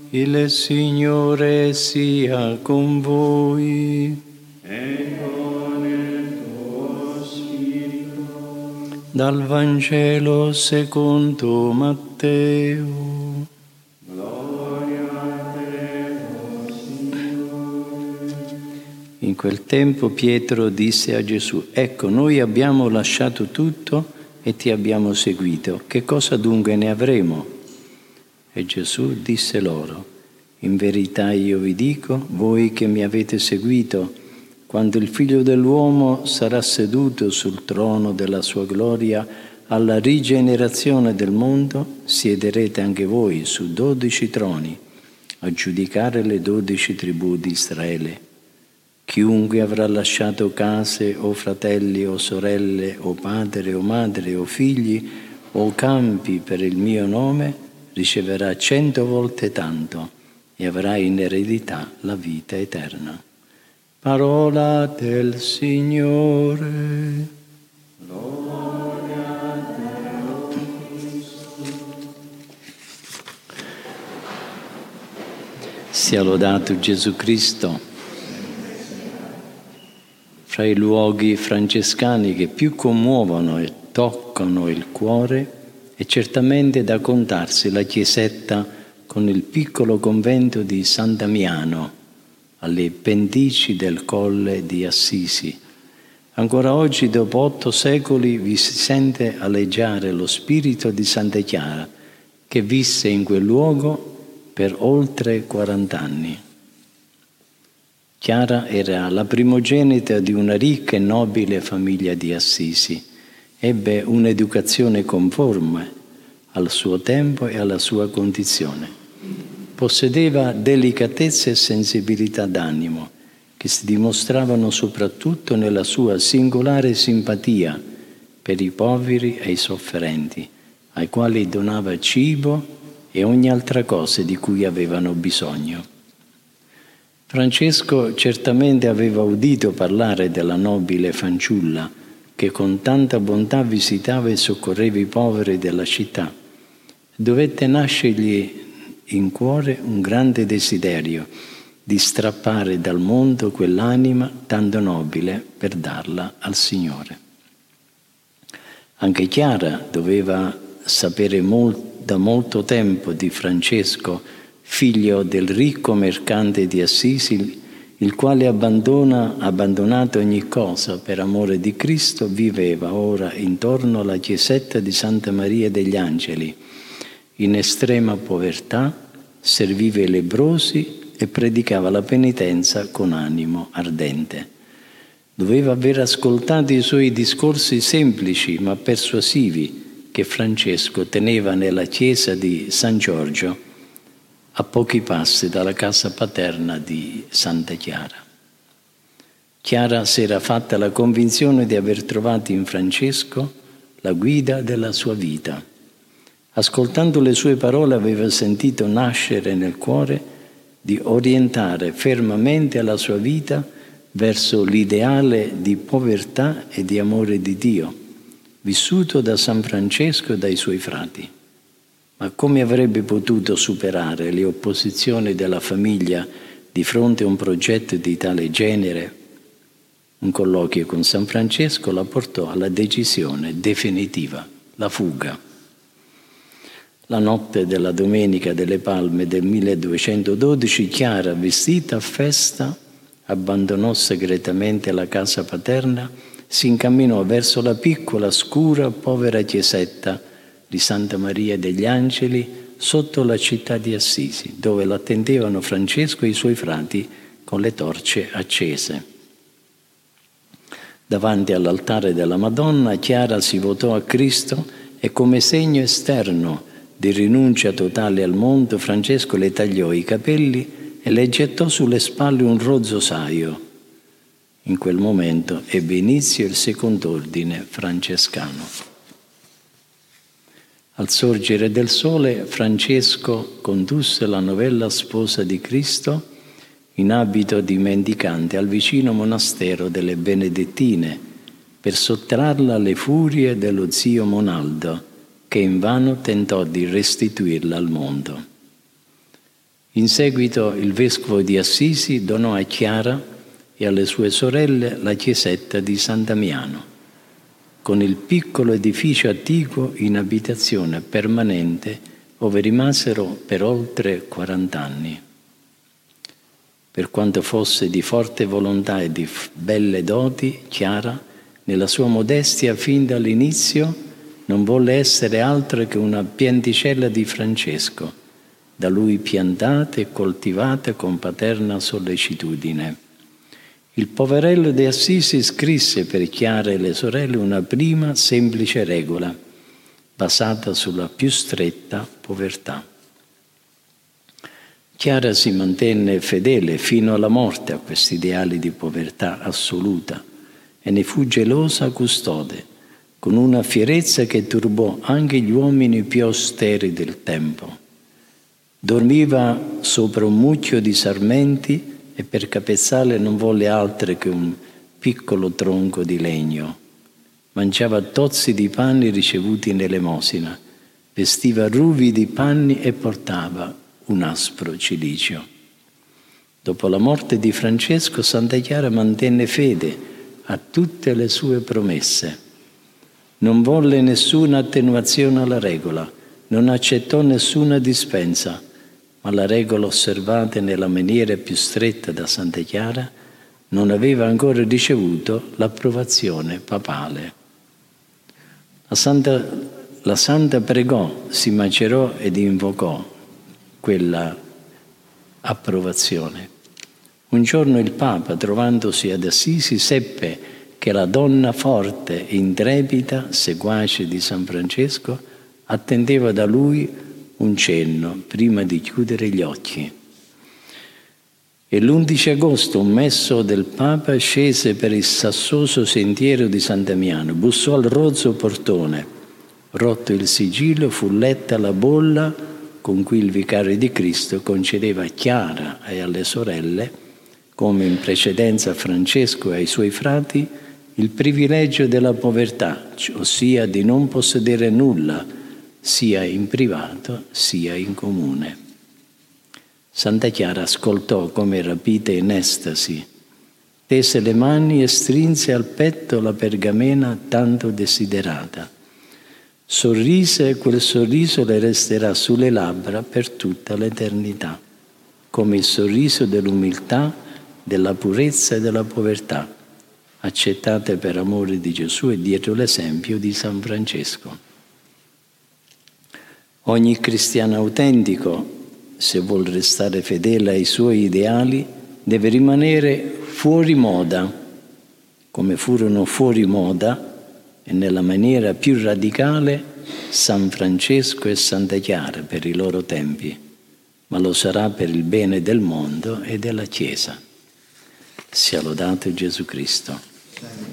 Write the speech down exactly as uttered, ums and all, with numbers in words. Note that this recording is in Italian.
Il Signore sia con voi. E con il tuo spirito. Dal Vangelo secondo Matteo. Gloria a te, o Signore. In quel tempo Pietro disse a Gesù: Ecco, noi abbiamo lasciato tutto e ti abbiamo seguito. Che cosa dunque ne avremo? E Gesù disse loro: In verità io vi dico, voi che mi avete seguito, quando il Figlio dell'uomo sarà seduto sul trono della sua gloria, alla rigenerazione del mondo, siederete anche voi su dodici troni, a giudicare le dodici tribù di Israele. Chiunque avrà lasciato case o fratelli o sorelle o padre o madre o figli o campi per il mio nome, riceverà cento volte tanto e avrà in eredità la vita eterna. Parola del Signore. Gloria a te, o Cristo. Sia lodato Gesù Cristo. Fra i luoghi francescani che più commuovono e toccano il cuore è certamente da contarsi la chiesetta con il piccolo convento di San Damiano, alle pendici del Colle di Assisi. Ancora oggi, dopo otto secoli, vi si sente aleggiare lo spirito di Santa Chiara, che visse in quel luogo per oltre quarant'anni. Chiara era la primogenita di una ricca e nobile famiglia di Assisi. Ebbe un'educazione conforme al suo tempo e alla sua condizione. Possedeva delicatezza e sensibilità d'animo, che si dimostravano soprattutto nella sua singolare simpatia per i poveri e i sofferenti, ai quali donava cibo e ogni altra cosa di cui avevano bisogno. Francesco certamente aveva udito parlare della nobile fanciulla che con tanta bontà visitava e soccorreva i poveri della città. Dovette nascergli in cuore un grande desiderio di strappare dal mondo quell'anima tanto nobile per darla al Signore. Anche Chiara doveva sapere molt, da molto tempo di Francesco, figlio del ricco mercante di Assisi, il quale abbandona, abbandonato ogni cosa per amore di Cristo, viveva ora intorno alla chiesetta di Santa Maria degli Angeli, in estrema povertà, serviva i lebbrosi e predicava la penitenza con animo ardente. Doveva aver ascoltato i suoi discorsi semplici ma persuasivi che Francesco teneva nella chiesa di San Giorgio, a pochi passi dalla casa paterna di Santa Chiara. Chiara si era fatta la convinzione di aver trovato in Francesco la guida della sua vita. Ascoltando le sue parole aveva sentito nascere nel cuore di orientare fermamente la sua vita verso l'ideale di povertà e di amore di Dio, vissuto da San Francesco e dai suoi frati. Ma come avrebbe potuto superare le opposizioni della famiglia di fronte a un progetto di tale genere? Un colloquio con San Francesco la portò alla decisione definitiva, la fuga. La notte della Domenica delle Palme del milleduecentododici, Chiara, vestita a festa, abbandonò segretamente la casa paterna, si incamminò verso la piccola, scura, povera chiesetta di Santa Maria degli Angeli sotto la città di Assisi, dove l'attendevano Francesco e i suoi frati con le torce accese. Davanti all'altare della Madonna, Chiara si votò a Cristo e come segno esterno di rinuncia totale al mondo, Francesco le tagliò i capelli e le gettò sulle spalle un rozzo saio. In quel momento ebbe inizio il secondo ordine francescano. Al sorgere del sole, Francesco condusse la novella sposa di Cristo in abito di mendicante al vicino monastero delle Benedettine per sottrarla alle furie dello zio Monaldo, che invano tentò di restituirla al mondo. In seguito il vescovo di Assisi donò a Chiara e alle sue sorelle la chiesetta di San Damiano, con il piccolo edificio attiguo in abitazione permanente, ove rimasero per oltre quarant'anni. Per quanto fosse di forte volontà e di belle doti, Chiara, nella sua modestia fin dall'inizio, non volle essere altro che una pianticella di Francesco, da lui piantata e coltivata con paterna sollecitudine. Il poverello di Assisi scrisse per Chiara e le sorelle una prima semplice regola, basata sulla più stretta povertà. Chiara si mantenne fedele fino alla morte a questi ideali di povertà assoluta e ne fu gelosa custode, con una fierezza che turbò anche gli uomini più austeri del tempo. Dormiva sopra un mucchio di sarmenti e per capezzale non volle altro che un piccolo tronco di legno. Mangiava tozzi di panni ricevuti in elemosina, vestiva ruvidi panni e portava un aspro cilicio. Dopo la morte di Francesco, Santa Chiara mantenne fede a tutte le sue promesse. Non volle nessuna attenuazione alla regola, non accettò nessuna dispensa, ma la regola osservata nella maniera più stretta da Santa Chiara non aveva ancora ricevuto l'approvazione papale. La Santa, la Santa pregò, si macerò ed invocò quella approvazione. Un giorno il Papa, trovandosi ad Assisi, seppe che la donna forte e intrepida, seguace di San Francesco, attendeva da lui un cenno prima di chiudere gli occhi. E l'undici agosto un messo del Papa scese per il sassoso sentiero di San Damiano, bussò al rozzo portone, rotto il sigillo, fu letta la bolla con cui il vicario di Cristo concedeva a Chiara e alle sorelle, come in precedenza a Francesco e ai suoi frati, il privilegio della povertà, ossia di non possedere nulla, sia in privato sia in comune. Santa Chiara ascoltò come rapita in estasi, tese le mani e strinse al petto la pergamena tanto desiderata. Sorrise e quel sorriso le resterà sulle labbra per tutta l'eternità, come il sorriso dell'umiltà, della purezza e della povertà, accettate per amore di Gesù e dietro l'esempio di San Francesco. Ogni cristiano autentico, se vuol restare fedele ai suoi ideali, deve rimanere fuori moda, come furono fuori moda, e nella maniera più radicale, San Francesco e Santa Chiara per i loro tempi, ma lo sarà per il bene del mondo e della Chiesa. Sia lodato Gesù Cristo.